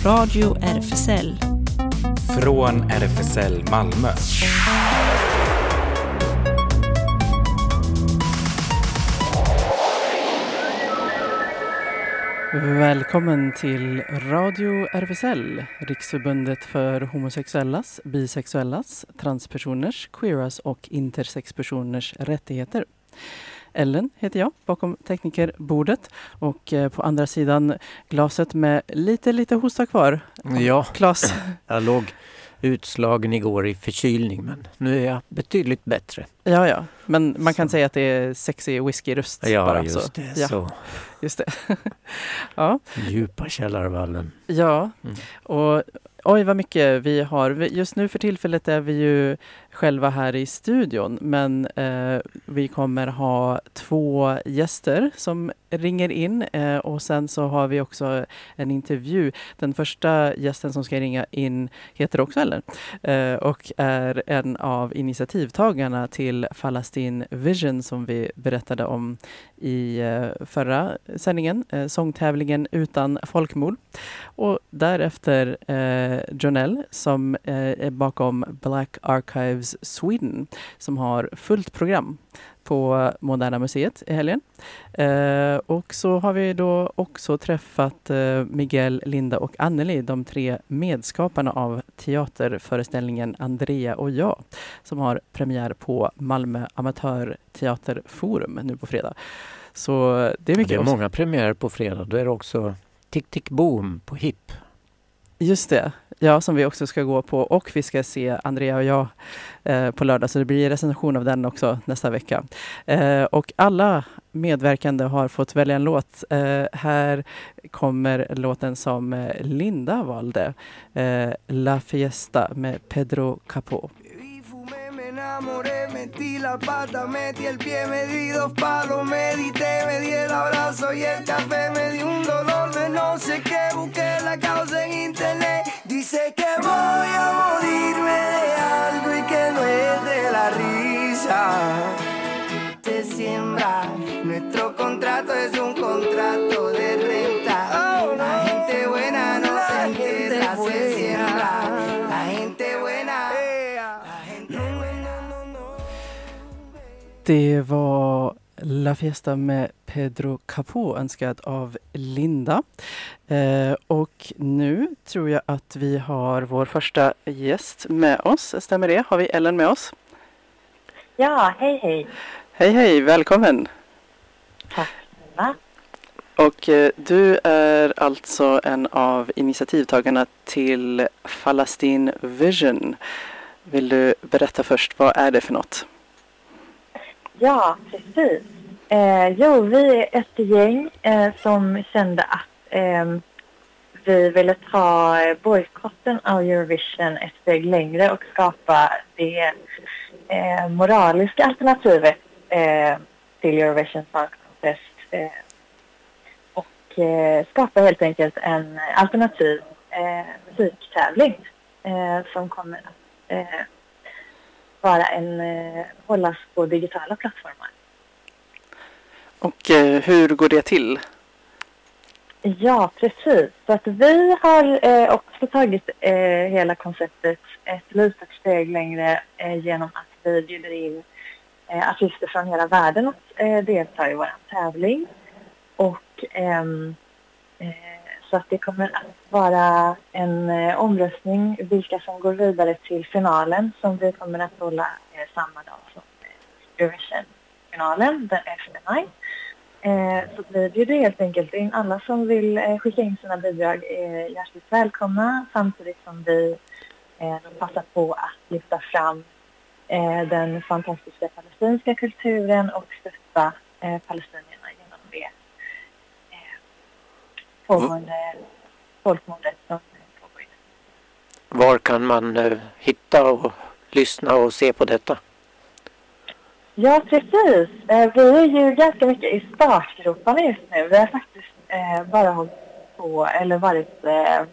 Radio RFSL. Från RFSL Malmö. Välkommen till Radio RFSL, Riksförbundet för homosexuellas, bisexuellas, transpersoners, queeras och intersexpersoners rättigheter. Ellen heter jag, bakom teknikerbordet, och på andra sidan glaset med lite hosta kvar. Ja, Klas. jag låg utslagen igår i förkylning, men nu är jag betydligt bättre. Ja, men man kan säga att det är sexy whiskyröst. Ja, bara, just så. det. Ja, Så. just det. Ja. Djupa källarvallen. Ja, och oj vad mycket vi har. Just nu för tillfället är vi ju själva här i studion, men vi kommer ha 2 gäster som ringer in och sen så har vi också en intervju. Den första gästen som ska ringa in heter också Ellen och är en av initiativtagarna till Palestine Vision som vi berättade om i förra sändningen, sångtävlingen utan folkmord. Och därefter Jonelle som är bakom Black Archives Sweden som har fullt program på Moderna Museet i helgen. Och så har vi då också träffat Miguel, Linda och Anneli, de 3 medskaparna av teaterföreställningen Andrea och jag, som har premiär på Malmö Amatörteaterforum nu på fredag. Så det är mycket. Det är många premiärer på fredag. Då är det också Tick Tick Boom på HIP. Just det, ja, som vi också ska gå på, och vi ska se Andrea och jag på lördag, så det blir recension av den också nästa vecka. Och alla medverkande har fått välja en låt. Här kommer låten som Linda valde, La Fiesta med Pedro Capó. Enamoré, metí la pata, metí el pie, me di 2 palos, medité, me di el abrazo y el café, me di un dolor de no sé qué, busqué la causa en internet, dice que voy a morirme de algo y que no es de la risa, se siembra, nuestro contrato es un contrato de renta, la gente buena no se entierra, se siembra, la gente buena. Det var La Fiesta med Pedro Capó, önskad av Linda. Och nu tror jag att vi har vår första gäst med oss. Stämmer det? Har vi Ellen med oss? Ja, hej. Hej, välkommen. Tack snälla. Och du är alltså en av initiativtagarna till Palestine Vision. Vill du berätta först, vad är det för något? Ja, precis. Vi är ett gäng som kände att vi ville ta bojkotten av Eurovision ett steg längre och skapa det moraliska alternativet till Eurovision Song Contest och skapa helt enkelt en alternativ musiktävling som kommer att vara hållas på digitala plattformar. Och hur går det till? Ja, precis. Så att vi har också tagit hela konceptet ett litet steg längre genom att vi bjuder in artister från hela världen att delta i vår tävling. Och så att det kommer att vara en omröstning vilka som går vidare till finalen som vi kommer att hålla samma dag som Eurovision-finalen den 11 maj. Så vi bjuder helt enkelt in alla som vill skicka in sina bidrag hjärtligt välkomna, samtidigt som vi passar på att lyfta fram den fantastiska palestinska kulturen och stötta palestinierna genom det pågående folkmordet som pågår. Var kan man hitta och lyssna och se på detta? Ja, precis. Vi är ju ganska mycket i startgroparna just nu. Vi har faktiskt bara hållit på, eller varit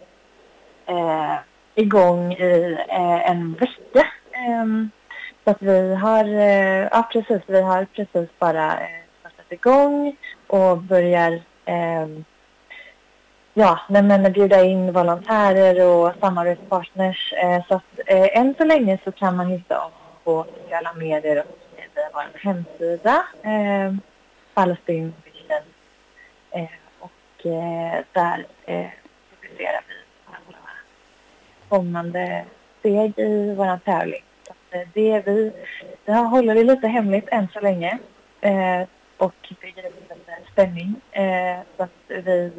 igång i en vecka. Så att vi har, vi har precis bara startat igång och börjar men bjuda in volontärer och samarbetspartners. Så att än så länge så kan man hitta oss på sociala medier och via vår hemsida, Palestine Vision. Och där publicerar vi alla kommande steg i vår tävling. Så att det håller det lite hemligt än så länge. Och bygger upp en spänning. Så att vi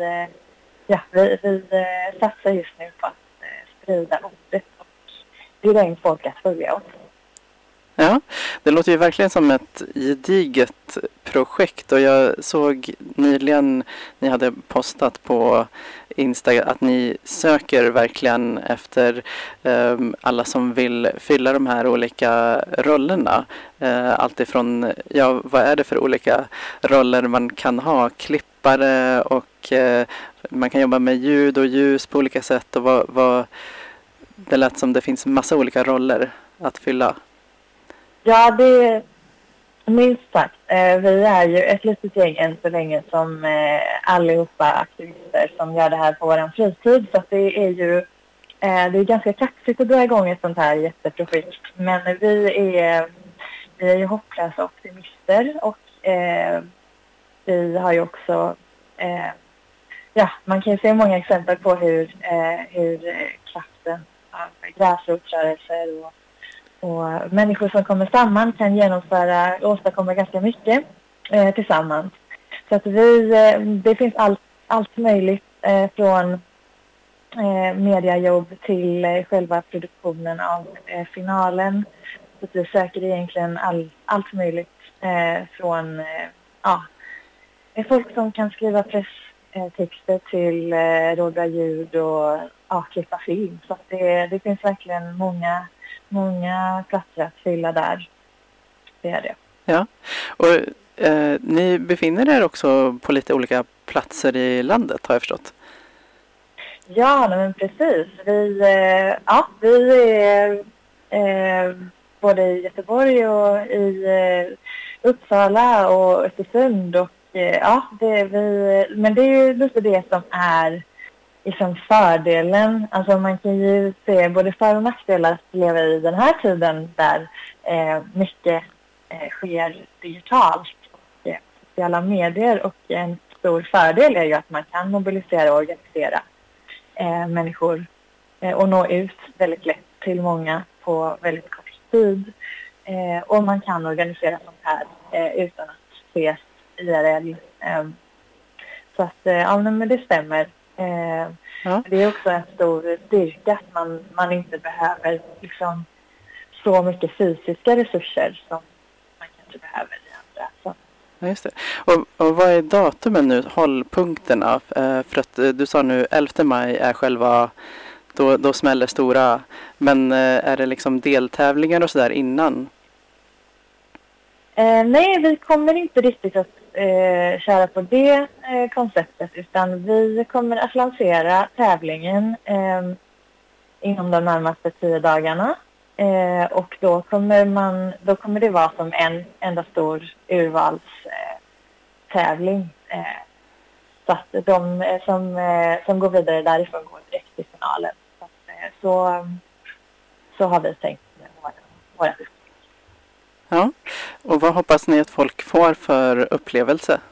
satsar just nu på att sprida ordet och bjuda in folk att följa oss. Ja, det låter ju verkligen som ett gediget projekt och jag såg nyligen ni hade postat på Instagram att ni söker verkligen efter alla som vill fylla de här olika rollerna. Allt ifrån, vad är det för olika roller man kan ha? Klippare och man kan jobba med ljud och ljus på olika sätt och det lät som det finns massa olika roller att fylla. Ja, det är minst sagt. Vi är ju ett litet gäng än så länge som allihopa aktivister som gör det här på vår fritid. Så att det är ju det är ganska kaxigt att dra igång ett sånt här jätteprojekt. Men vi är ju hopplösa optimister och vi har ju också man kan ju se många exempel på hur kraften av gräsrotsrörelser och människor som kommer samman kan åstadkomma ganska mycket tillsammans. Så att det finns allt möjligt från mediajobb till själva produktionen av finalen. Så att vi söker egentligen allt möjligt från folk som kan skriva presstexter till råda ljud och klippa film. Så att det finns verkligen många platser att fylla där. Det är det. Ja, och ni befinner er också på lite olika platser i landet har jag förstått. Ja, men precis. Vi är både i Göteborg och i Uppsala och Östersund och men det är ju lite det som är liksom fördelen. Alltså man kan ju se både för- och nackdelar att leva i den här tiden där mycket sker digitalt och sociala medier. Och en stor fördel är ju att man kan mobilisera och organisera människor och nå ut väldigt lätt till många på väldigt kort tid. Och man kan organisera sånt här utan att ses IRL. Så att men det stämmer. Det är också en stor styrka att man inte behöver liksom så mycket fysiska resurser som man kanske behöver i andra. Så. Ja, just det. Och vad är datumen nu, hållpunkterna? För att du sa nu 11 maj är själva, då smäller stora. Men är det liksom deltävlingar och sådär innan? Nej, vi kommer inte riktigt att köra på det konceptet utan vi kommer att lansera tävlingen inom de närmaste 10 dagarna och då kommer det vara som en enda stor urvalstävling så att de som går vidare därifrån går direkt till finalen. Så har vi tänkt med våra uppgifter. Ja, och vad hoppas ni att folk får för upplevelse?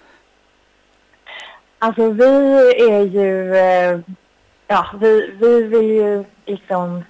Alltså vi är ju, vi vill ju liksom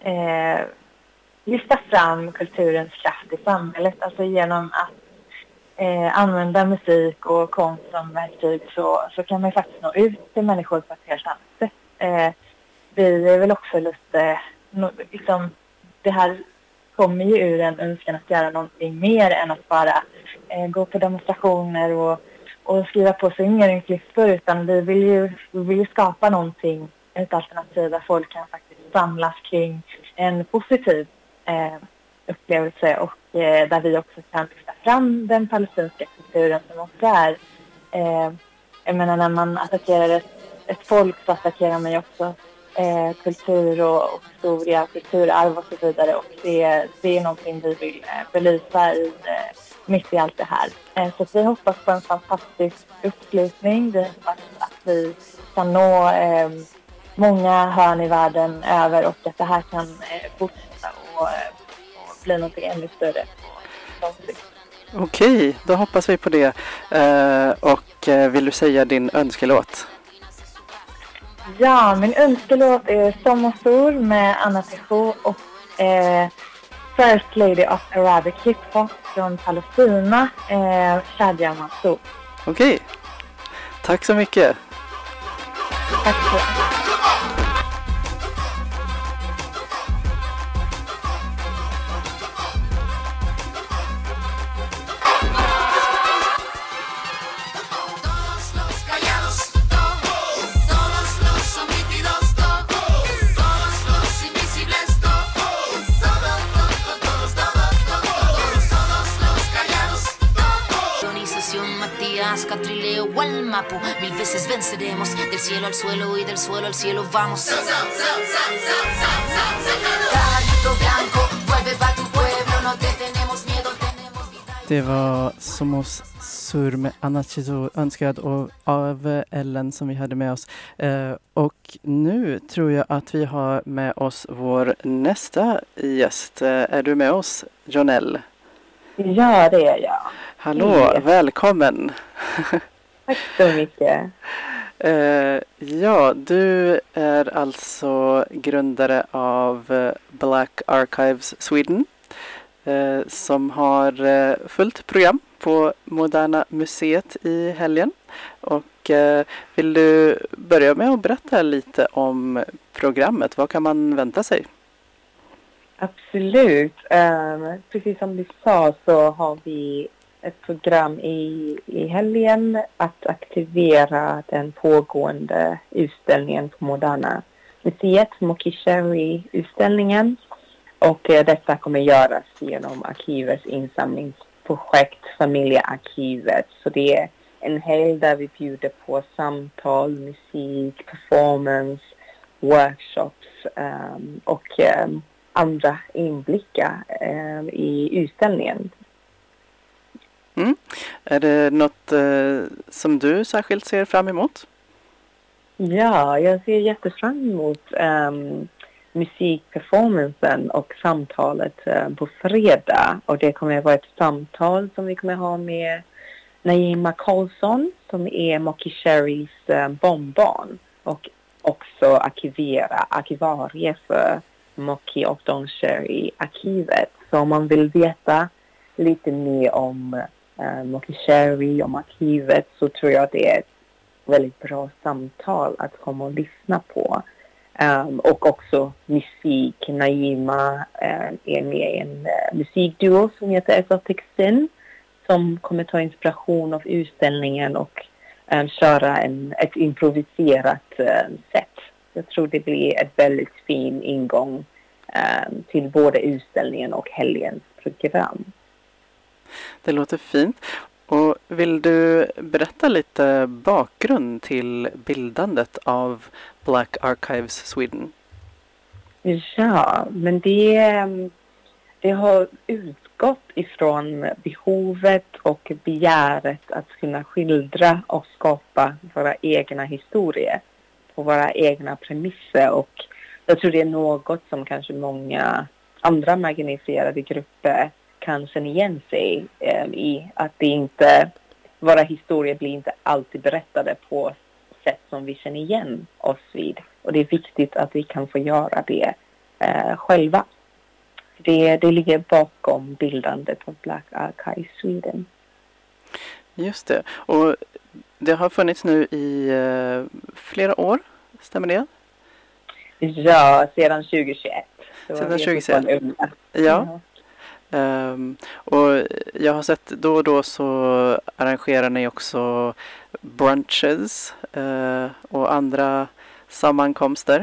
lyfta fram kulturens kraft i samhället. Alltså genom att använda musik och konst som verktyg så kan man faktiskt nå ut till människor på ett helt annat sätt. Vi är väl också lite, liksom det här kommer ju ur en önskan att göra någonting mer än att bara gå på demonstrationer och skriva på signeringslistor, utan vi vill ju skapa någonting, ett alternativ där folk kan faktiskt samlas kring en positiv upplevelse och där vi också kan lyfta fram den palestinska kulturen som också är, jag menar när man attackerar ett folk så attackerar man ju också kultur och historia, kulturarv och så vidare, och det är någonting vi vill belysa mitt i allt det här. Så vi hoppas på en fantastisk uppslutning. Vi hoppas att vi kan nå många hörn i världen över och att det här kan fortsätta och bli något ännu större. Okej, då hoppas vi på det. Och vill du säga din önskelåt? Ja, min önskelåt är Sommarsol med Anna Tejo och First Lady of Arabic Hip Hop från Palestina, Shadia Mansour. Okej, tack så mycket. Tack så mycket. Catrileo o al Mapo, 1000 veces venceremos, del cielo al suelo y del suelo al cielo vamos. Caballito blanco, vuelve pa' tu pueblo, no te tenemos miedo, tenemos vida. Det var Somos Sur med Anna Tejo, önskad av Ellen som vi hade med oss. Och nu tror jag att vi har med oss vår nästa gäst. Är du med oss, Jonelle? Ja, det är jag. Hallå, välkommen! Tack så mycket. Ja, du är alltså grundare av Black Archives Sweden som har fullt program på Moderna Museet i helgen. Och vill du börja med att berätta lite om programmet? Vad kan man vänta sig? Absolut. Precis som du sa så har vi ett program i helgen att aktivera den pågående utställningen på Moderna Museet, Mokisheri-utställningen. Och detta kommer göras genom arkivets insamlingsprojekt Familjearkivet. Så det är en helg där vi bjuder på samtal, musik, performance, workshops och andra inblickar i utställningen. Är det något som du särskilt ser fram emot? Ja, jag ser jättefram emot musikperformancen och samtalet på fredag. Och det kommer att vara ett samtal som vi kommer att ha med Naima Karlsson som är Mokisheris barnbarn och också arkivarie för Moki och Donsheri-arkivet. Så om man vill veta lite mer om Mokisheri, om arkivet, så tror jag att det är ett väldigt bra samtal att komma och lyssna på. Och också musik. Naima är med i en musikduo som heter Exotic Sin som kommer ta inspiration av utställningen och köra ett improviserat sätt. Jag tror det blir ett väldigt fin ingång till både utställningen och helgens program. Det låter fint. Och vill du berätta lite bakgrund till bildandet av Black Archives Sweden? Ja, men det har utgått ifrån behovet och begäret att kunna skildra och skapa våra egna historier på våra egna premisser. Och jag tror det är något som kanske många andra marginaliserade grupper kan känna igen sig i, att det inte, våra historier blir inte alltid berättade på sätt som vi känner igen oss vid. Och det är viktigt att vi kan få göra det själva. Det ligger bakom bildandet av Black Archives Sweden. Just det. Och det har funnits nu i flera år, stämmer det? Ja, sedan 2021. Sedan 2021. Ja. Och jag har sett då och då så arrangerar ni också brunches och andra sammankomster.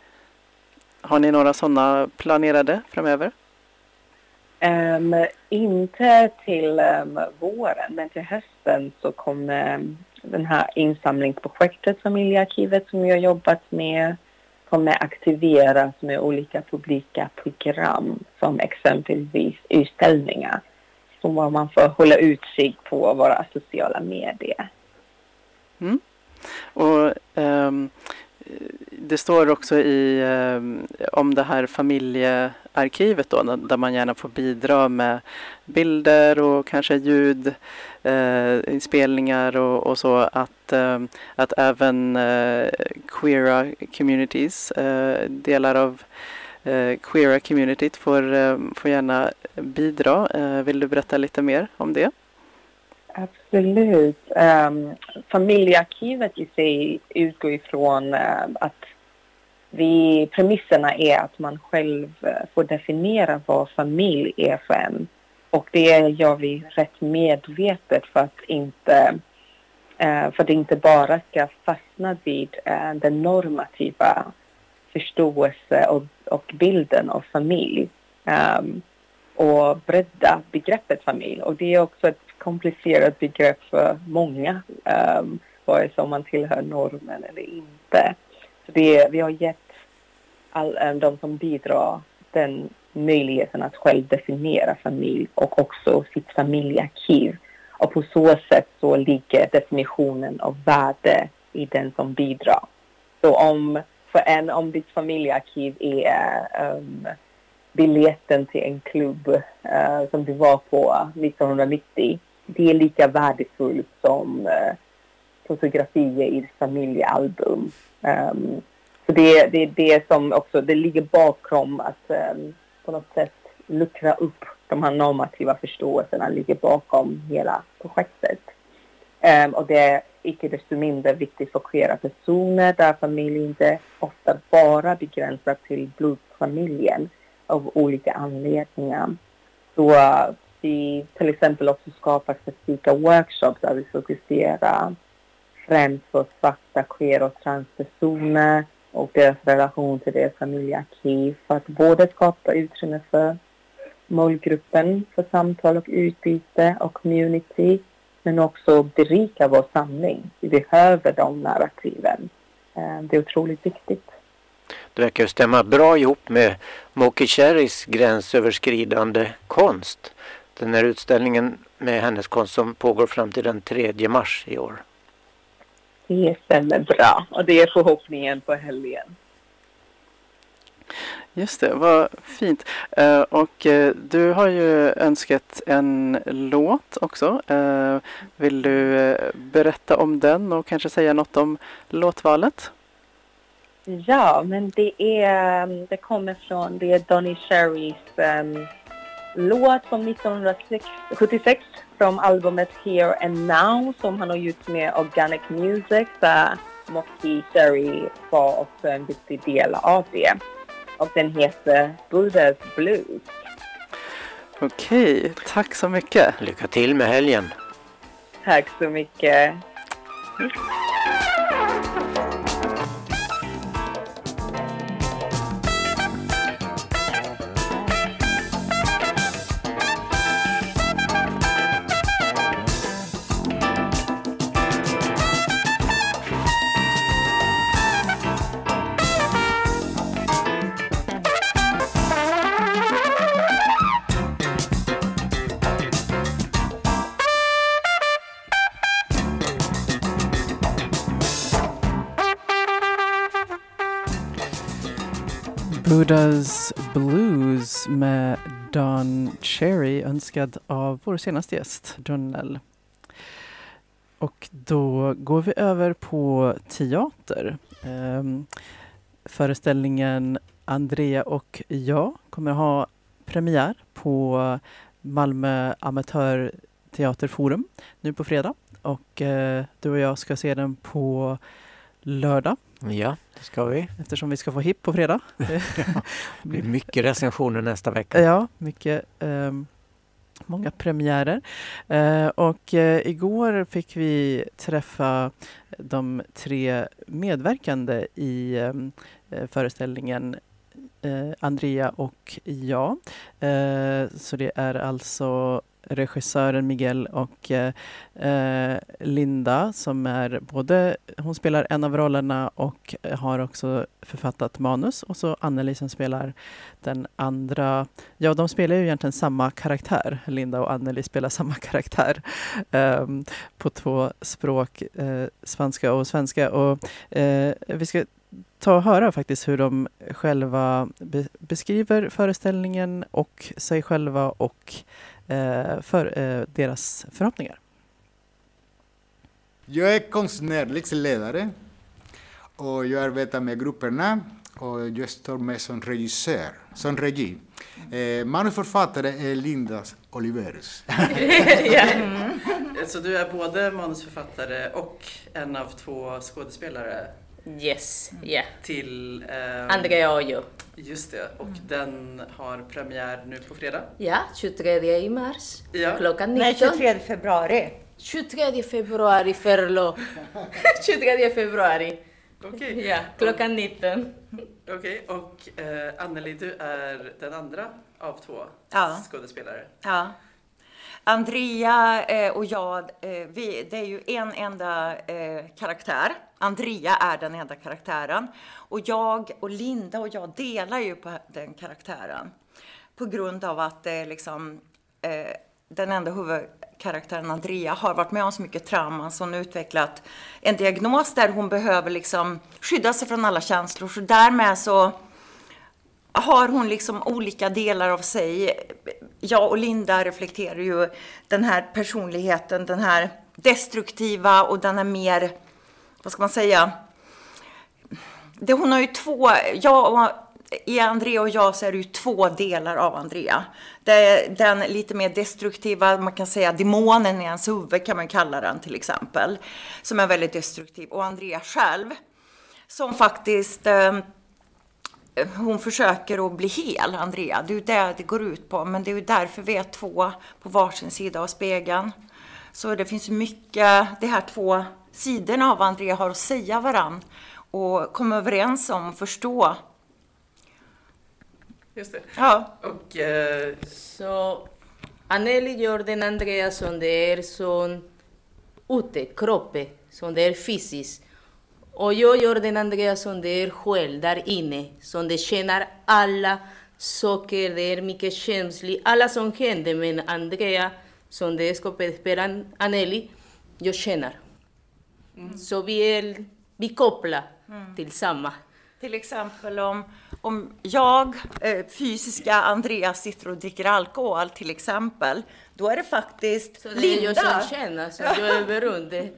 Har ni några sådana planerade framöver? Inte till våren, men till hösten så kommer den här insamlingsprojektet Familjearkivet som vi har jobbat med kommer aktiveras med olika publika program som exempelvis utställningar som man får hålla utkik på våra sociala medier. Och det står också om det här familjearkivet då, där man gärna får bidra med bilder och kanske ljud, inspelningar och så, att även queera communities, delar av queera communityt får gärna bidra. Vill du berätta lite mer om det? Absolut. Familjearkivet i sig utgår ifrån att premisserna är att man själv får definiera vad familj är för en. Och det gör vi rätt medvetet för att det inte bara ska fastna vid den normativa förståelse och bilden av familj. Och bredda begreppet familj. Och det är också ett komplicerat begrepp för många, vare sig man tillhör normen eller inte. Så vi har gett de som bidrar den möjligheten att själv definiera familj och också sitt familjearkiv. Och på så sätt så ligger definitionen av värde i den som bidrar. Så om ditt familjearkiv är biljetten till en klubb som du var på 1990, det är lika värdefullt som fotografier i ett familjealbum. Så det är det som också, det ligger bakom att på något sätt luckra upp de här normativa förståelserna, ligger bakom hela projektet. Och det är icke desto mindre viktigt för queera personer, där familj inte ofta bara begränsar till blodsfamiljen av olika anledningar. Så vi till exempel också skapar specifika workshops där vi fokuserar främst på svarta, queer och transpersoner och deras relation till deras familjearkiv, för att både skapa utrymme för målgruppen för samtal och utbyte och community, men också berika vår samling. Vi behöver de narrativen. Det är otroligt viktigt. Det verkar ju stämma bra ihop med Moki Cherrys gränsöverskridande konst. Den här utställningen med hennes konst som pågår fram till den 3 mars i år. Det stämmer bra, och det är förhoppningen på helgen. Just det, vad fint. Och du har ju önskat en låt också. Vill du berätta om den och kanske säga något om låtvalet? Ja, men det är Donny Cherrys låt från 1976 från albumet Here and Now, som han har gjort med Organic Music, där Moki Cherry var också en viktig del av det. Och den heter Buddha's Blues. Okej, tack så mycket. Lycka till med helgen. Tack så mycket. Buddha's Blues med Don Cherry, önskad av vår senaste gäst, Jonelle. Och då går vi över på teater. Föreställningen Andrea och jag kommer ha premiär på Malmö Amatörteaterforum nu på fredag. Och du och jag ska se den på lördag. Ja, det ska vi. Eftersom vi ska få hipp på fredag. Det blir mycket recensioner nästa vecka. Ja, mycket. Många premiärer. Och igår fick vi träffa de 3 medverkande i föreställningen Andrea och jag. Så det är alltså regissören Miguel och Linda, som är både hon spelar en av rollerna och har också författat manus. Och så Anneli som spelar den andra. Ja, de spelar ju egentligen samma karaktär. Linda och Anneli spelar samma karaktär på 2 språk, spanska och svenska. Och vi ska ta och höra faktiskt hur de själva beskriver föreställningen och sig själva och för deras förhoppningar. Jag är konstnärlig ledare och jag arbetar med grupperna och jag står med som regissör, som regi. Manusförfattare är Linda Oliveres. Så du är både manusförfattare och en av 2 skådespelare? Yes, yeah. Till Andrea och jag. Just det, och den har premiär nu på fredag? Ja, 23 i mars. Ja. Klockan 19. Nej, 23 februari. 23 februari, förlåt. 23 februari. Okej. Ja, klockan 19. Okej, och Anneli, du är den andra av 2 skådespelare. Ja. Andrea och jag, det är ju en enda karaktär. Andrea är den enda karaktären. Och jag och Linda och jag delar ju på den karaktären. På grund av att den enda huvudkaraktären Andrea har varit med om så mycket trauma. Så hon har utvecklat en diagnos där hon behöver liksom skydda sig från alla känslor. Så därmed så har hon liksom olika delar av sig. Jag och Linda reflekterar ju den här personligheten, den här destruktiva och den här mer, vad ska man säga? Hon har ju 2, i Andrea och jag så är det ju 2 delar av Andrea. Det är den lite mer destruktiva, man kan säga demonen i ens huvud kan man kalla den till exempel. Som är väldigt destruktiv. Och Andrea själv, som faktiskt... hon försöker att bli hel, Andrea. Det är ju det går ut på. Men det är ju därför vi är 2 på varsin sida av spegeln. Så det finns mycket, de här 2 sidorna av Andrea har att säga varann. Och komma överens om och förstå. Just det. Ja. Och Så Anneli gör den Andrea som det är som ute, kroppen, som det är fysiskt. Och jag gör den Andrea som det är själv där inne, som det känner alla saker, det är mycket känsligt. Alla som händer med Andrea, som det är skådespelaren Anneli, jag känner. Så vi kopplar till samma. Till exempel om jag, fysiska Andrea, sitter och dricker alkohol till exempel, då är det faktiskt så det Linda. är jag som känner, så jag är beroende.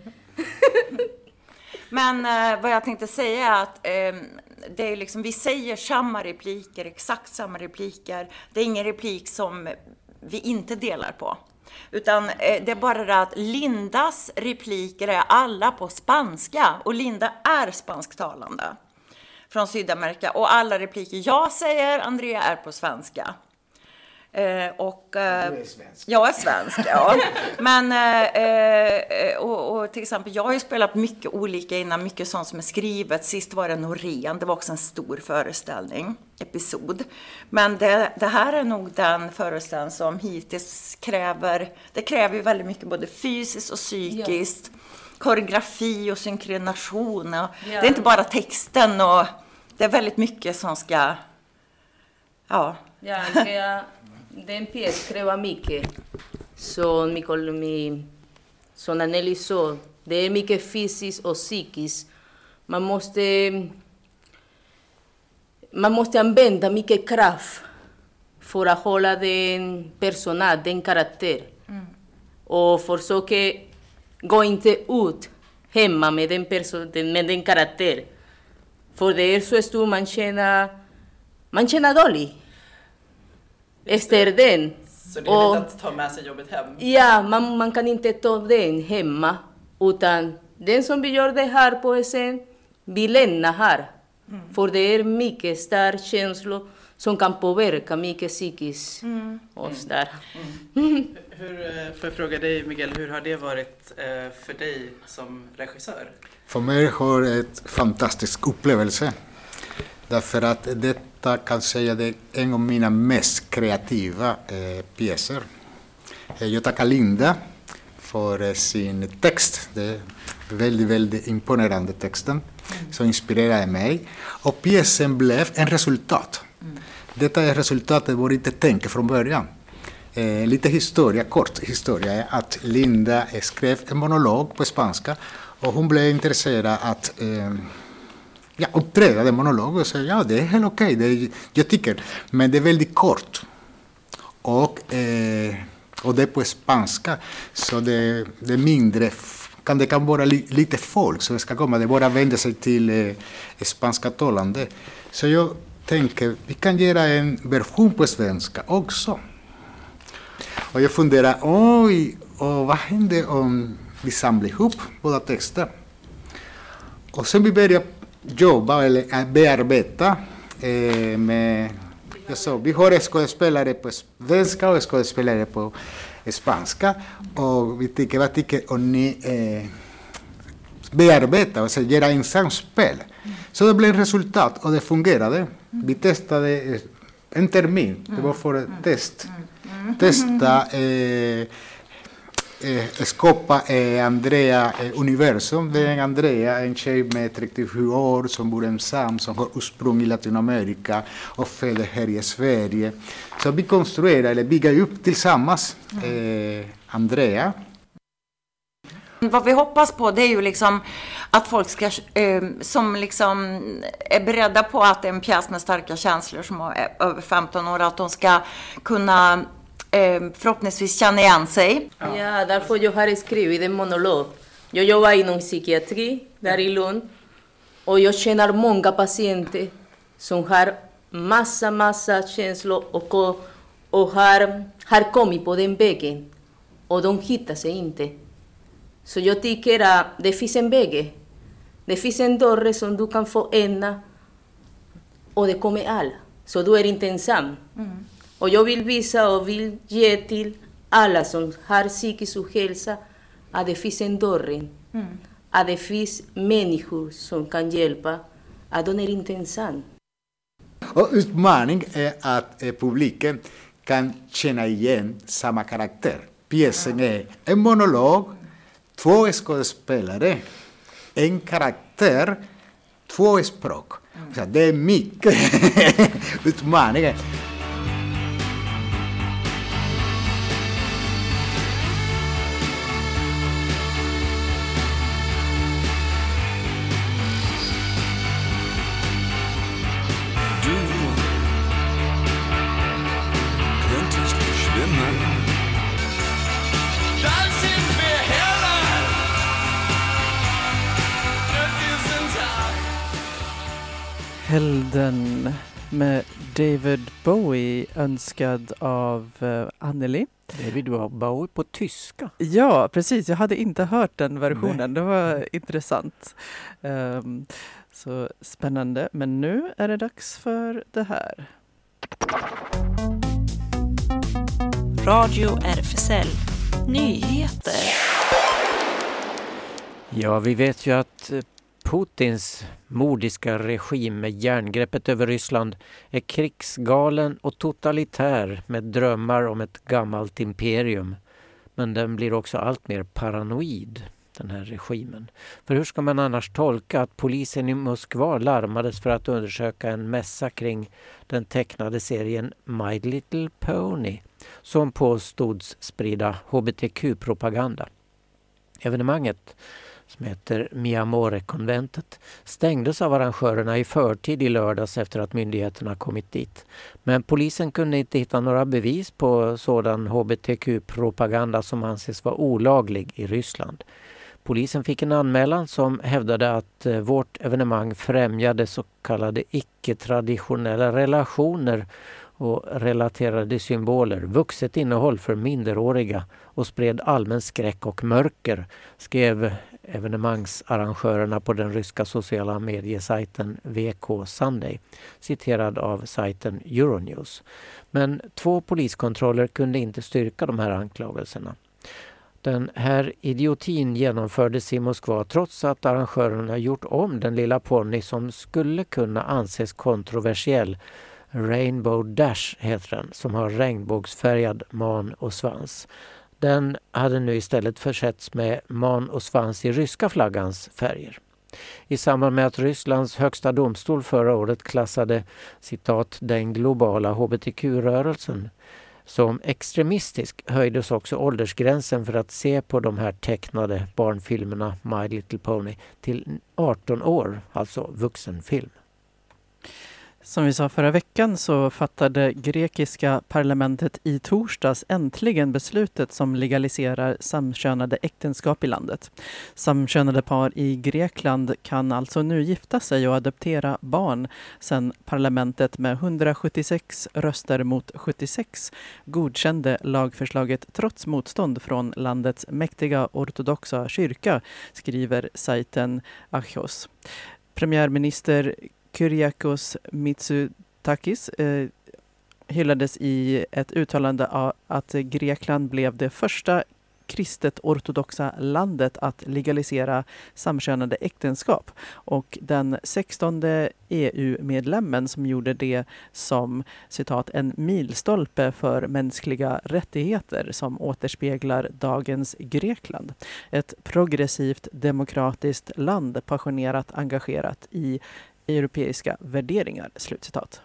Men vad jag tänkte säga är att det är liksom, vi säger samma repliker, exakt samma repliker. Det är ingen replik som vi inte delar på. Utan det är bara det att Lindas repliker är alla på spanska. Och Linda är spansktalande från Sydamerika. Och alla repliker jag säger, Andrea, är på svenska. Du är svensk. Jag är svensk, ja. Men, och till exempel, jag har ju spelat mycket olika innan, mycket sånt som är skrivet. Sist var det Norén, det var också en stor föreställning, episod. Men det här är nog den föreställning som hittills kräver ju väldigt mycket både fysiskt och psykiskt. Ja. Koreografi och synkronation. Och det är inte bara texten, och det är väldigt mycket som ska, ja. Ja, den pjäs kräver mycket. Som Anneli sa, det är mycket fysiskt och psykiskt. Man måste använda mycket kraft för att hålla den personal, den karaktär. Och försöka gå inte ut hemma med den karaktär. För det är så stor, man känner dåligt. Efter den. Så det är lätt att ta med sig jobbet hem? Ja, man kan inte ta den hemma. Utan den som vi gör det här på scen, vi lämnar här. För det är mycket starka känslor som kan påverka mycket psykiskt oss där. Får jag fråga dig, Miguel, hur har det varit för dig som regissör? För mig har det ett fantastisk upplevelse. Därför att detta kan säga det är en av mina mest kreativa pjäser. Jag tackar Linda för sin text. väldigt imponerande texten som inspirerade mig. Och pjäsen blev en resultat. Detta är resultatet var inte tänkt från början. Lite historia, kort historia, är att Linda skrev en monolog på spanska och hon blev intresserad att uppträda den monolog och sa ja, det är helt okej, jag tycker, men det är väldigt kort. Och det är på spanska, så det är mindre, det kan vara lite folk som ska komma, det bara vänder sig till spanska talande. Så jag tänker, vi kan göra en version på svenska också. Och jag funderar, vad händer om vi samlar ihop båda texter? Och sen vi börjar jobba eller bearbeta med... vi har skådespelare på svenska och skådespelare på spanska. Och vi tycker, vad tycker om ni bearbeta och göra en samspel? Så det blev resultat och det fungerade. Vi testade en termin, det var för test. Testa skapa Andrea universum. Det är Andrea, en tjej med 37 år som bor ensam, som har ursprung i Latinamerika och född här i Sverige. Så vi konstruerar eller bygger upp tillsammans Andrea. Vad vi hoppas på, det är ju liksom att folk ska, som liksom är beredda på att det är en pjäs med starka känslor som är över 15 år, att de ska kunna förhoppningsvis känna igen sig. Ja, därför jag har skrivit en monolog. Jag jobbar inom psykiatri där i Lund och jag känner många patienter som har massa känslor och har kommit på den vägen och de hittar sig inte. Så jag tycker att det finns en väg. Det finns en dörr som du kan få öppna och det kommer alla. Så du är inte ensam. Och jag vill visa och vill ge till alla som har psykisk ohälsa att det finns en dörr. Att det finns människor som kan hjälpa. Att de är inte ensam. Och utmaning är att publiken kan känna igen samma karaktär. Pjäsen är en monolog, 2 skådespelare, en karaktär, 2 språk. Så det är mycket utmaningar. Helden med David Bowie önskad av Anneli. David Bowie på tyska. Ja, precis. Jag hade inte hört den versionen. Det var intressant. Så spännande. Men nu är det dags för det här. Radio RFSL. Nyheter. Ja, vi vet ju att Putins mordiska regim med järngreppet över Ryssland är krigsgalen och totalitär med drömmar om ett gammalt imperium. Men den blir också allt mer paranoid, den här regimen. För hur ska man annars tolka att polisen i Moskva larmades för att undersöka en mässa kring den tecknade serien My Little Pony som påstods sprida hbtq-propaganda. Evenemanget, som heter Mi Amore-konventet, stängdes av arrangörerna i förtid i lördags efter att myndigheterna kommit dit. Men polisen kunde inte hitta några bevis på sådan hbtq-propaganda som anses vara olaglig i Ryssland. Polisen fick en anmälan som hävdade att vårt evenemang främjade så kallade icke-traditionella relationer och relaterade symboler, vuxet innehåll för minderåriga och spred allmän skräck och mörker, skrev evenemangsarrangörerna på den ryska sociala mediesajten VK Sunday, citerad av sajten Euronews. Men 2 poliskontroller kunde inte styrka de här anklagelserna. Den här idiotin genomfördes i Moskva trots att arrangörerna gjort om den lilla ponny som skulle kunna anses kontroversiell. Rainbow Dash heter den, som har regnbågsfärgad man och svans. Den hade nu istället försetts med man och svans i ryska flaggans färger. I samband med att Rysslands högsta domstol förra året klassade citat den globala hbtq-rörelsen som extremistisk höjdes också åldersgränsen för att se på de här tecknade barnfilmerna My Little Pony till 18 år, alltså vuxenfilm. Som vi sa förra veckan så fattade grekiska parlamentet i torsdags äntligen beslutet som legaliserar samkönade äktenskap i landet. Samkönade par i Grekland kan alltså nu gifta sig och adoptera barn sedan parlamentet med 176 röster mot 76 godkände lagförslaget trots motstånd från landets mäktiga ortodoxa kyrka, skriver sajten Axios. Premiärminister Kyriakos Mitsotakis hyllades i ett uttalande att Grekland blev det första kristet ortodoxa landet att legalisera samkönade äktenskap och den 16:e EU-medlemmen som gjorde det som citat en milstolpe för mänskliga rättigheter som återspeglar dagens Grekland. Ett progressivt demokratiskt land passionerat engagerat i europeiska värderingar. Slutcitat.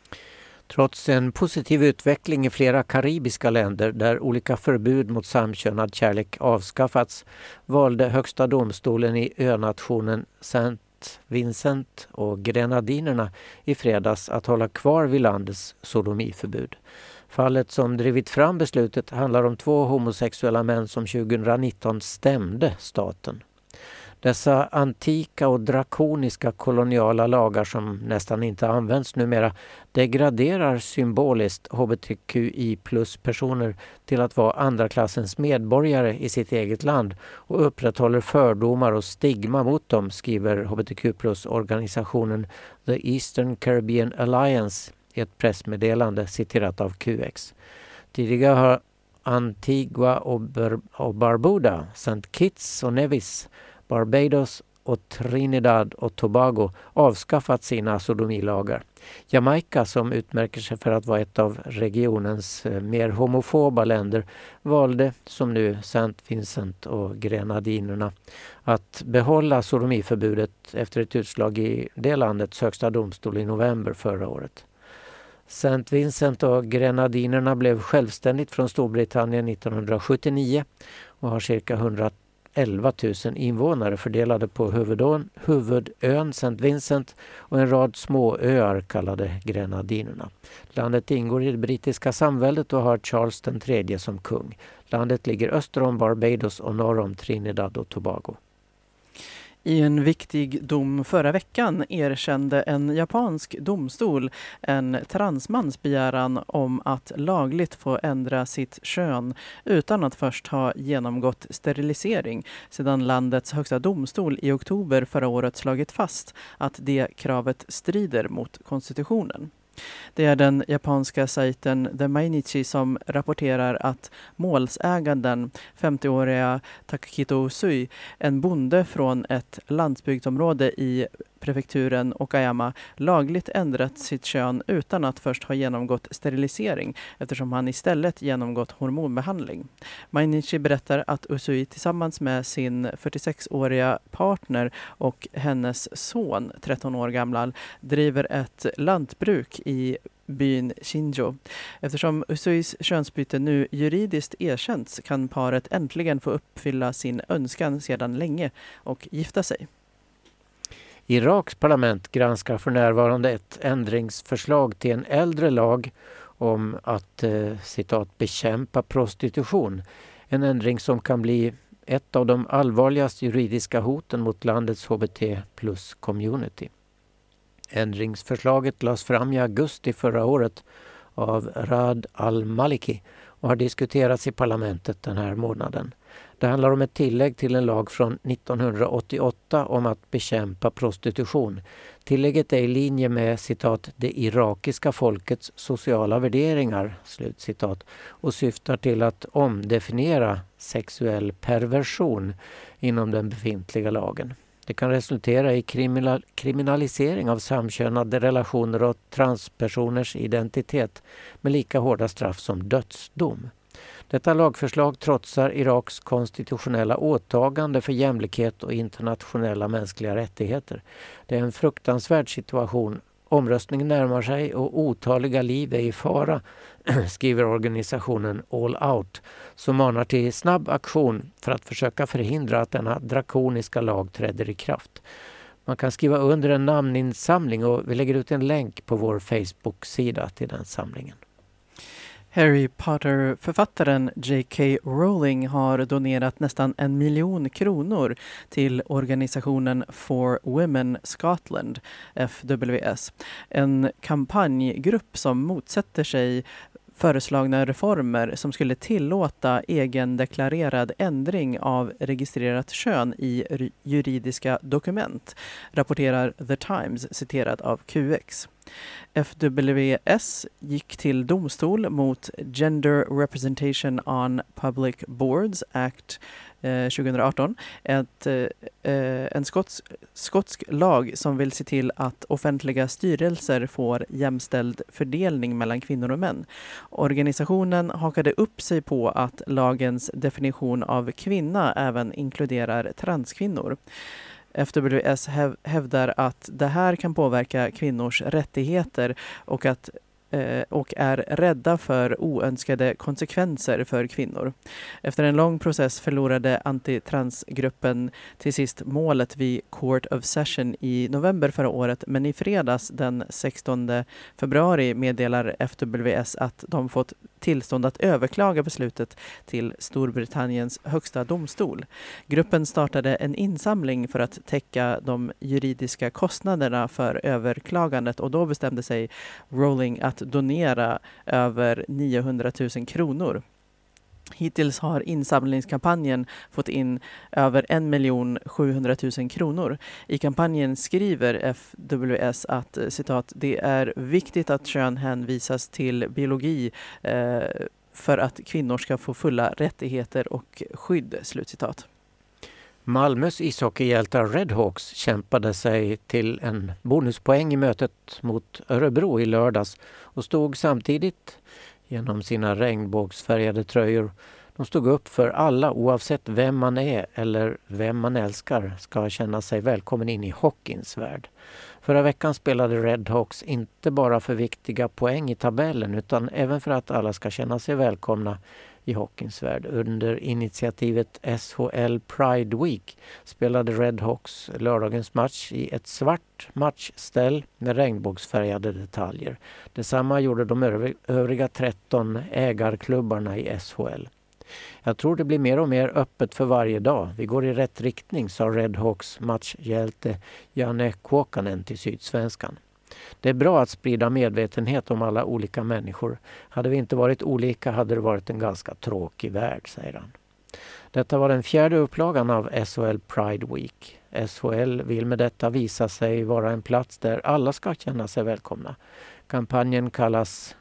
Trots en positiv utveckling i flera karibiska länder där olika förbud mot samkönad kärlek avskaffats valde högsta domstolen i önationen St. Vincent och Grenadinerna i fredags att hålla kvar vid landets sodomiförbud. Fallet som drivit fram beslutet handlar om 2 homosexuella män som 2019 stämde staten. Dessa antika och drakoniska koloniala lagar som nästan inte används numera degraderar symboliskt hbtqi+-personer till att vara andra klassens medborgare i sitt eget land och upprätthåller fördomar och stigma mot dem, skriver hbtq+-organisationen The Eastern Caribbean Alliance i ett pressmeddelande citerat av QX. Tidigare har Antigua och Barbuda, St. Kitts och Nevis, Barbados och Trinidad och Tobago avskaffat sina sodomilagar. Jamaica, som utmärker sig för att vara ett av regionens mer homofoba länder, valde som nu St. Vincent och Grenadinerna att behålla sodomiförbudet efter ett utslag i det landets högsta domstol i november förra året. St. Vincent och Grenadinerna blev självständigt från Storbritannien 1979 och har cirka 111 000 invånare fördelade på huvudön St. Vincent och en rad små öar kallade Grenadinerna. Landet ingår i det brittiska samväldet och har Charles III som kung. Landet ligger öster om Barbados och norr om Trinidad och Tobago. I en viktig dom förra veckan erkände en japansk domstol en transmans begäran om att lagligt få ändra sitt kön utan att först ha genomgått sterilisering sedan landets högsta domstol i oktober förra året slagit fast att det kravet strider mot konstitutionen. Det är den japanska sajten The Mainichi som rapporterar att målsäganden, 50-åriga Takahito Usui, en bonde från ett landsbygdsområde i prefekturen Okayama, lagligt ändrat sitt kön utan att först ha genomgått sterilisering eftersom han istället genomgått hormonbehandling. Mainichi berättar att Usui tillsammans med sin 46-åriga partner och hennes son, 13 år gammal, driver ett lantbruk i byn Shinjo. Eftersom Usuis könsbyte nu juridiskt erkänts kan paret äntligen få uppfylla sin önskan sedan länge och gifta sig. Iraks parlament granskar för närvarande ett ändringsförslag till en äldre lag om att citat bekämpa prostitution. En ändring som kan bli ett av de allvarligaste juridiska hoten mot landets HBT+-community. Ändringsförslaget lades fram i augusti förra året av Rad al-Maliki och har diskuterats i parlamentet den här månaden. Det handlar om ett tillägg till en lag från 1988 om att bekämpa prostitution. Tillägget är i linje med citat det irakiska folkets sociala värderingar slutcitat och syftar till att omdefiniera sexuell perversion inom den befintliga lagen. Det kan resultera i kriminalisering av samkönade relationer och transpersoners identitet med lika hårda straff som dödsdom. Detta lagförslag trotsar Iraks konstitutionella åtagande för jämlikhet och internationella mänskliga rättigheter. Det är en fruktansvärd situation. Omröstningen närmar sig och otaliga liv är i fara, skriver organisationen All Out, som manar till snabb aktion för att försöka förhindra att denna drakoniska lag träder i kraft. Man kan skriva under en namninsamling och vi lägger ut en länk på vår Facebook-sida till den samlingen. Harry Potter-författaren J.K. Rowling har donerat nästan 1 miljon kronor till organisationen For Women Scotland, FWS. En kampanjgrupp som motsätter sig föreslagna reformer som skulle tillåta egendeklarerad ändring av registrerat kön i juridiska dokument, rapporterar The Times citerad av QX. FWS gick till domstol mot Gender Representation on Public Boards Act 2018, en skotsk lag som vill se till att offentliga styrelser får jämställd fördelning mellan kvinnor och män. Organisationen hakade upp sig på att lagens definition av kvinna även inkluderar transkvinnor. FWS hävdar att det här kan påverka kvinnors rättigheter och är rädda för oönskade konsekvenser för kvinnor. Efter en lång process förlorade antitransgruppen till sist målet vid Court of Session i november förra året, men i fredags den 16 februari meddelar FWS att de fått tillstånd att överklaga beslutet till Storbritanniens högsta domstol. Gruppen startade en insamling för att täcka de juridiska kostnaderna för överklagandet och då bestämde sig Rowling att donera över 900 000 kronor. Hittills har insamlingskampanjen fått in över 1 700 000 kronor. I kampanjen skriver FWS att citat, det är viktigt att kön hänvisas till biologi för att kvinnor ska få fulla rättigheter och skydd, slutcitat. Malmös ishockeyhjältar Redhawks kämpade sig till en bonuspoäng i mötet mot Örebro i lördags och stod samtidigt genom sina regnbågsfärgade tröjor. De stod upp för alla oavsett vem man är eller vem man älskar ska känna sig välkommen in i hockeyns värld. Förra veckan spelade Redhawks inte bara för viktiga poäng i tabellen utan även för att alla ska känna sig välkomna i hockeyns värld. Under initiativet SHL Pride Week spelade Redhawks lördagens match i ett svart matchställ med regnbågsfärgade detaljer. Detsamma gjorde de övriga 13 ägarklubbarna i SHL. Jag tror det blir mer och mer öppet för varje dag. Vi går i rätt riktning, sa Redhawks matchhjälte Janne Kåkanen till Sydsvenskan. Det är bra att sprida medvetenhet om alla olika människor. Hade vi inte varit olika hade det varit en ganska tråkig värld, säger han. Detta var den 4:e upplagan av SHL Pride Week. SHL vill med detta visa sig vara en plats där alla ska känna sig välkomna. Kampanjen kallas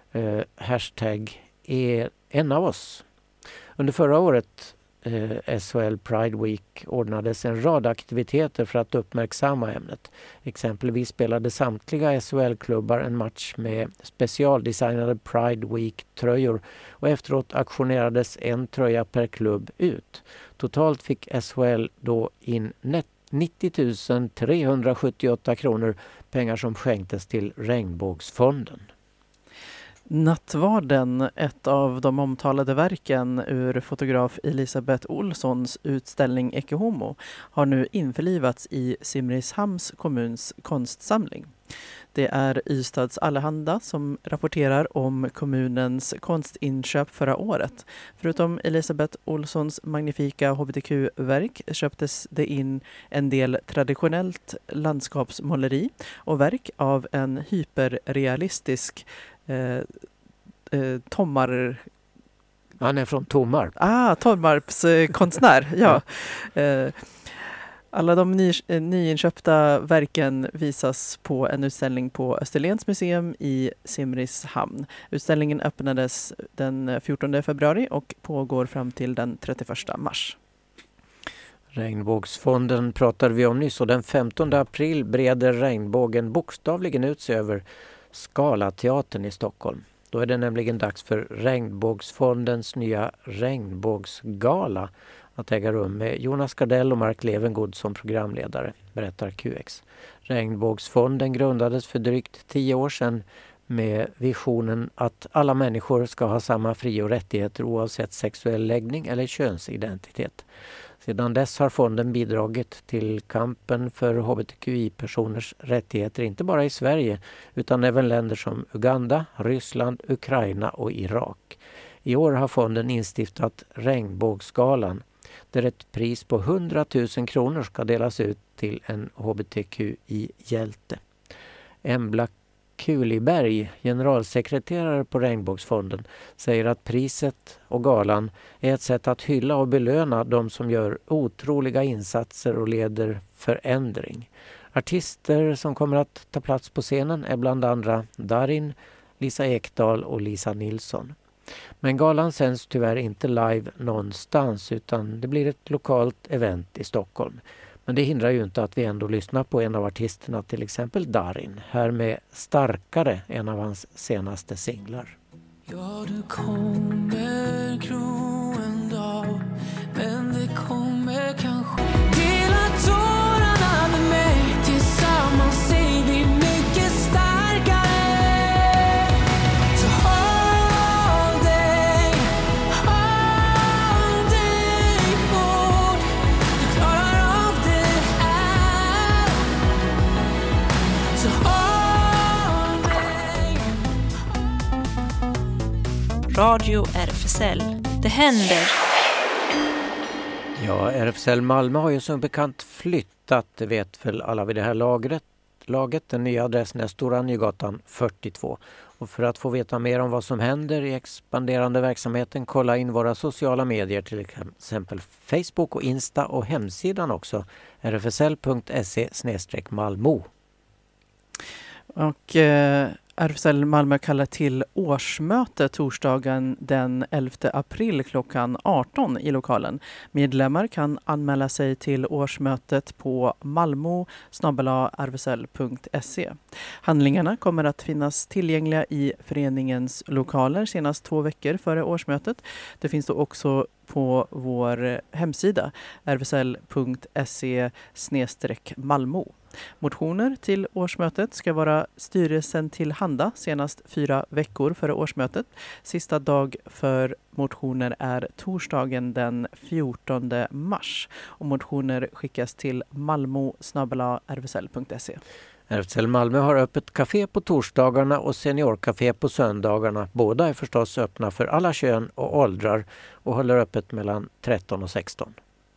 hashtag en av oss. Under förra året SHL Pride Week ordnades en rad aktiviteter för att uppmärksamma ämnet. Exempelvis spelade samtliga SHL-klubbar en match med specialdesignade Pride Week-tröjor och efteråt auktionerades en tröja per klubb ut. Totalt fick SHL då in 90 378 kronor, pengar som skänktes till Regnbågsfonden. Nattvarden, ett av de omtalade verken ur fotograf Elisabeth Olssons utställning Ecce Homo, har nu införlivats i Simrishamns kommuns konstsamling. Det är Ystads Allehanda som rapporterar om kommunens konstinköp förra året. Förutom Elisabeth Olssons magnifika hbtq-verk köptes det in en del traditionellt landskapsmåleri och verk av en hyperrealistisk Tommar... Han är från Tommarp. Tommarps konstnär, ja. Alla de nyinköpta verken visas på en utställning på Österlens museum i Simrishamn. Utställningen öppnades den 14 februari och pågår fram till den 31 mars. Regnbågsfonden pratade vi om nyss och den 15 april breder regnbågen bokstavligen ut sig över Scalateatern i Stockholm. Då är det nämligen dags för Regnbågsfondens nya regnbågsgala att äga rum med Jonas Gardell och Mark Levengood som programledare, berättar QX. Regnbågsfonden grundades för drygt 10 år sedan med visionen att alla människor ska ha samma fri- och rättigheter oavsett sexuell läggning eller könsidentitet. Sedan dess har fonden bidragit till kampen för hbtqi-personers rättigheter inte bara i Sverige utan även länder som Uganda, Ryssland, Ukraina och Irak. I år har fonden instiftat Regnbågsgalan där ett pris på 100 000 kronor ska delas ut till en hbtqi-hjälte. Embla Kuliberg, generalsekreterare på Regnbågsfonden, säger att priset och galan är ett sätt att hylla och belöna de som gör otroliga insatser och leder förändring. Artister som kommer att ta plats på scenen är bland andra Darin, Lisa Ekdahl och Lisa Nilsson. Men galan sänds tyvärr inte live någonstans utan det blir ett lokalt event i Stockholm. Men det hindrar ju inte att vi ändå lyssnar på en av artisterna, till exempel Darin. Här med Starkare, en av hans senaste singlar. Ja, du kommer gro en dag, men det kommer kanske dela tårarna med mig. Tillsammans är vi mycket starkare. Så håll dig hård. Du klarar av det här. Så håll dig. Radio RFSL. Det händer. Ja, RFSL Malmö har ju som bekant flyttat, det vet väl alla vid det här laget. Den nya adressen är Stora Nygatan 42. Och för att få veta mer om vad som händer i expanderande verksamheten, kolla in våra sociala medier, till exempel Facebook och Insta och hemsidan också, rfsl.se/malmo. Och RFSL Malmö kallar till årsmöte torsdagen den 11 april klockan 18 i lokalen. Medlemmar kan anmäla sig till årsmötet på malmo@rfsl.se. Handlingarna kommer att finnas tillgängliga i föreningens lokaler senast 2 veckor före årsmötet. Det finns då också på vår hemsida rfsl.se/malmo. Motioner till årsmötet ska vara styrelsen till handa senast 4 veckor före årsmötet. Sista dag för motioner är torsdagen den 14 mars. Och motioner skickas till malmo@rfsl.se. RFSL Malmö har öppet café på torsdagarna och seniorcafé på söndagarna. Båda är förstås öppna för alla kön och åldrar och håller öppet mellan 13 och 16.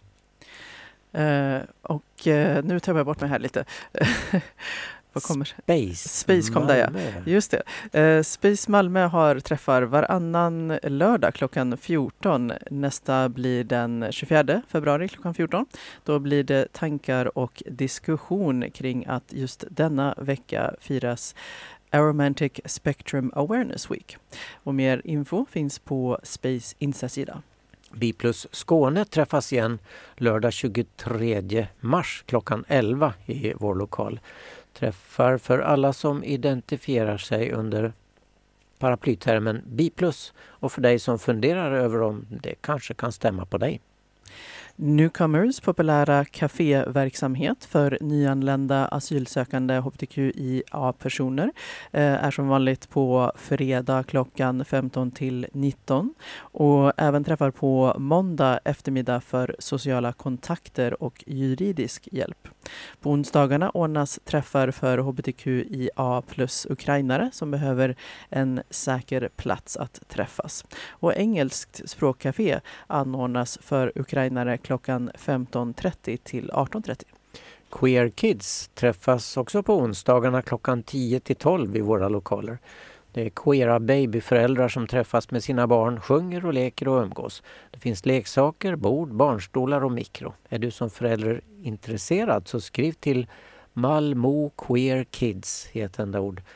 Nu tar jag bort mig här lite. Vad kommer? Space kom där, ja. Just det. Space Malmö har träffar varannan lördag klockan 14. Nästa blir den 24 februari klockan 14. Då blir det tankar och diskussion kring att just denna vecka firas Aromantic Spectrum Awareness Week. Och mer info finns på Space Insta-sida. Biplus Skåne träffas igen lördag 23 mars klockan 11 i vår lokal. Träffar för alla som identifierar sig under paraplytermen Biplus och för dig som funderar över om det kanske kan stämma på dig. Newcomers populära kaféverksamhet för nyanlända asylsökande hbtqia-personer är som vanligt på fredag klockan 15 till 19 och även träffar på måndag eftermiddag för sociala kontakter och juridisk hjälp. På onsdagarna ordnas träffar för hbtqia plus ukrainare som behöver en säker plats att träffas. Och engelskt språkcafé anordnas för ukrainare klockan 15.30 till 18.30. Queer Kids träffas också på onsdagarna klockan 10 till 12 i våra lokaler. Det är queera babyföräldrar som träffas med sina barn, sjunger och leker och umgås. Det finns leksaker, bord, barnstolar och mikro. Är du som förälder intresserad så skriv till Malmo Queer Kids i ett enda ord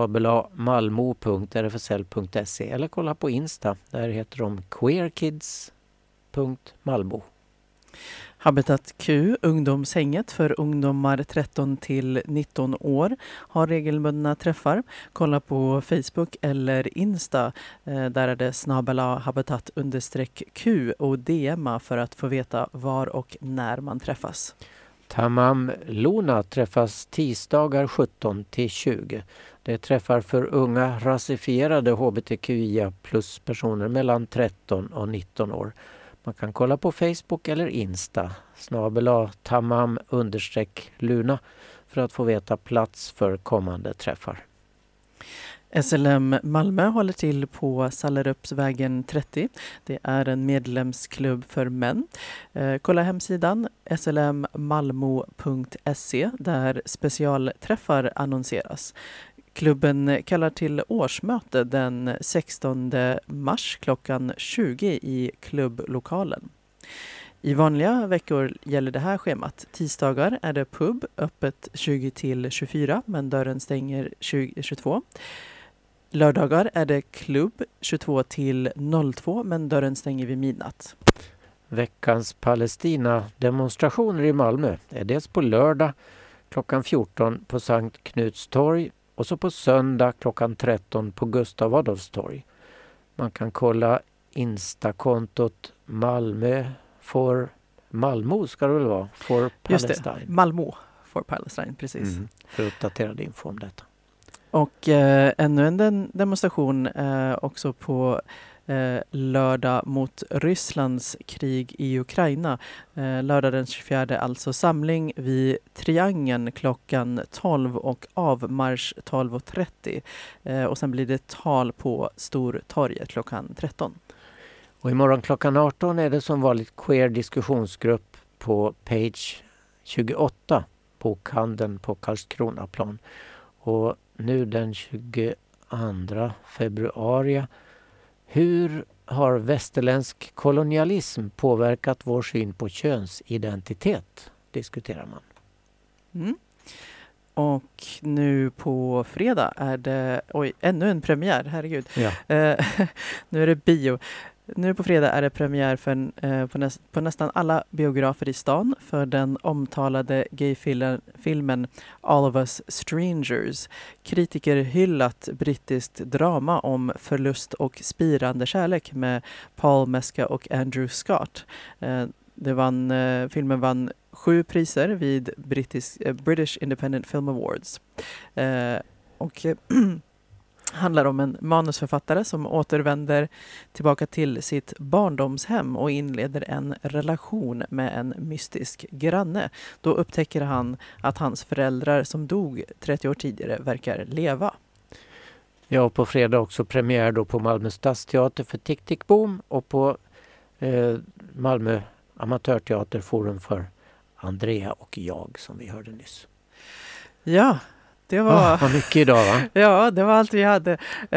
@malmo.rfsl.se eller kolla på Insta. Där heter de queerkids.malmo. Habitat Q, ungdomshänget för ungdomar 13 till 19 år, har regelbundna träffar. Kolla på Facebook eller Insta. Där är det @habitat_Q och DMa för att få veta var och när man träffas. Tamam Luna träffas tisdagar 17 till 20. Det är träffar för unga rasifierade hbtqia plus personer mellan 13 och 19 år. Man kan kolla på Facebook eller Insta @tamam_Luna för att få veta plats för kommande träffar. SLM Malmö håller till på Sallerupsvägen 30. Det är en medlemsklubb för män. Kolla hemsidan slmmalmo.se där specialträffar annonseras. Klubben kallar till årsmöte den 16 mars klockan 20 i klubblokalen. I vanliga veckor gäller det här schemat. Tisdagar är det pub, öppet 20 till 24 men dörren stänger 22. Lördagar är det klubb 22 till 02 men dörren stänger vid midnatt. Veckans Palestina-demonstrationer i Malmö är dels på lördag klockan 14 på Sankt Knuts torg och så på söndag klockan 13 på Gustav Adolfs torg. Man kan kolla Instakontot Malmö ska det väl vara, for Palestine. Just det, Malmö for Palestine, precis. För uppdaterad info om detta. Och ännu en demonstration också på lördag mot Rysslands krig i Ukraina. Lördag den 24, alltså samling vid Triangeln klockan 12 och avmarsch 12.30. Och sen blir det tal på Stortorget klockan 13. Och imorgon klockan 18 är det som vanligt queer diskussionsgrupp på page 28, bokhandeln på Karlskronaplan. Och nu den 22 februari. Hur har västerländsk kolonialism påverkat vår syn på könsidentitet? Diskuterar man. Och nu på fredag är det ännu en premiär, herregud. Ja. Nu är det bio. Nu på fredag är det premiär på nästan alla biografer i stan för den omtalade gayfilmen All of Us Strangers. Kritiker hyllat brittiskt drama om förlust och spirande kärlek med Paul Mescal och Andrew Scott. Filmen vann 7 priser vid British Independent Film Awards. Handlar om en manusförfattare som återvänder tillbaka till sitt barndomshem och inleder en relation med en mystisk granne. Då upptäcker han att hans föräldrar som dog 30 år tidigare verkar leva. Ja, och på fredag också premiär då på Malmö stadsteater för Tick Tick Boom och på Malmö amatörteaterforum för Andrea och jag som vi hörde nyss. Ja. Det var mycket idag, va? Ja, det var allt vi hade.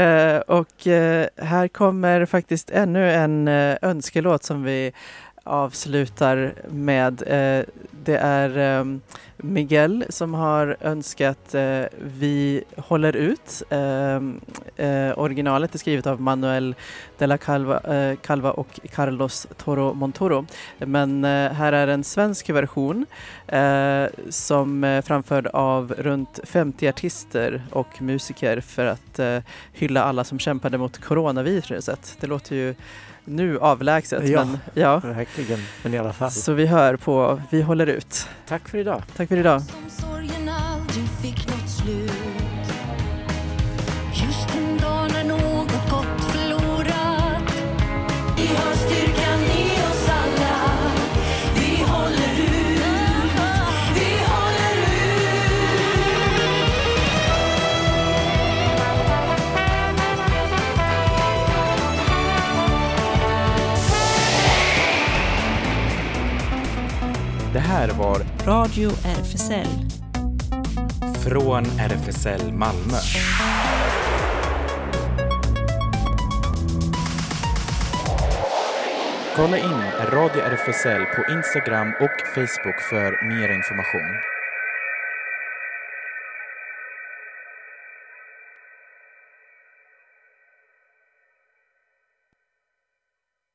Här kommer faktiskt ännu en önskelåt som vi avslutar med. Det är Miguel som har önskat Vi håller ut. Originalet är skrivet av Manuel de la Calva och Carlos Toro Montoro. Men här är en svensk version som är framförd av runt 50 artister och musiker för att hylla alla som kämpade mot coronaviruset. Det låter ju nu avlägset. Ja, men, ja, verkligen. Men i alla fall. Så vi hör på Vi håller ut. Tack för idag. Tack för idag. Som sorgen aldrig fick något slut. Just en dag när något gått förlorat. Vi har styrkan i oss alla. Vi håller ut. Vi håller ut. Det här var Radio RFSL. Från RFSL Malmö. Kolla in Radio RFSL på Instagram och Facebook för mer information.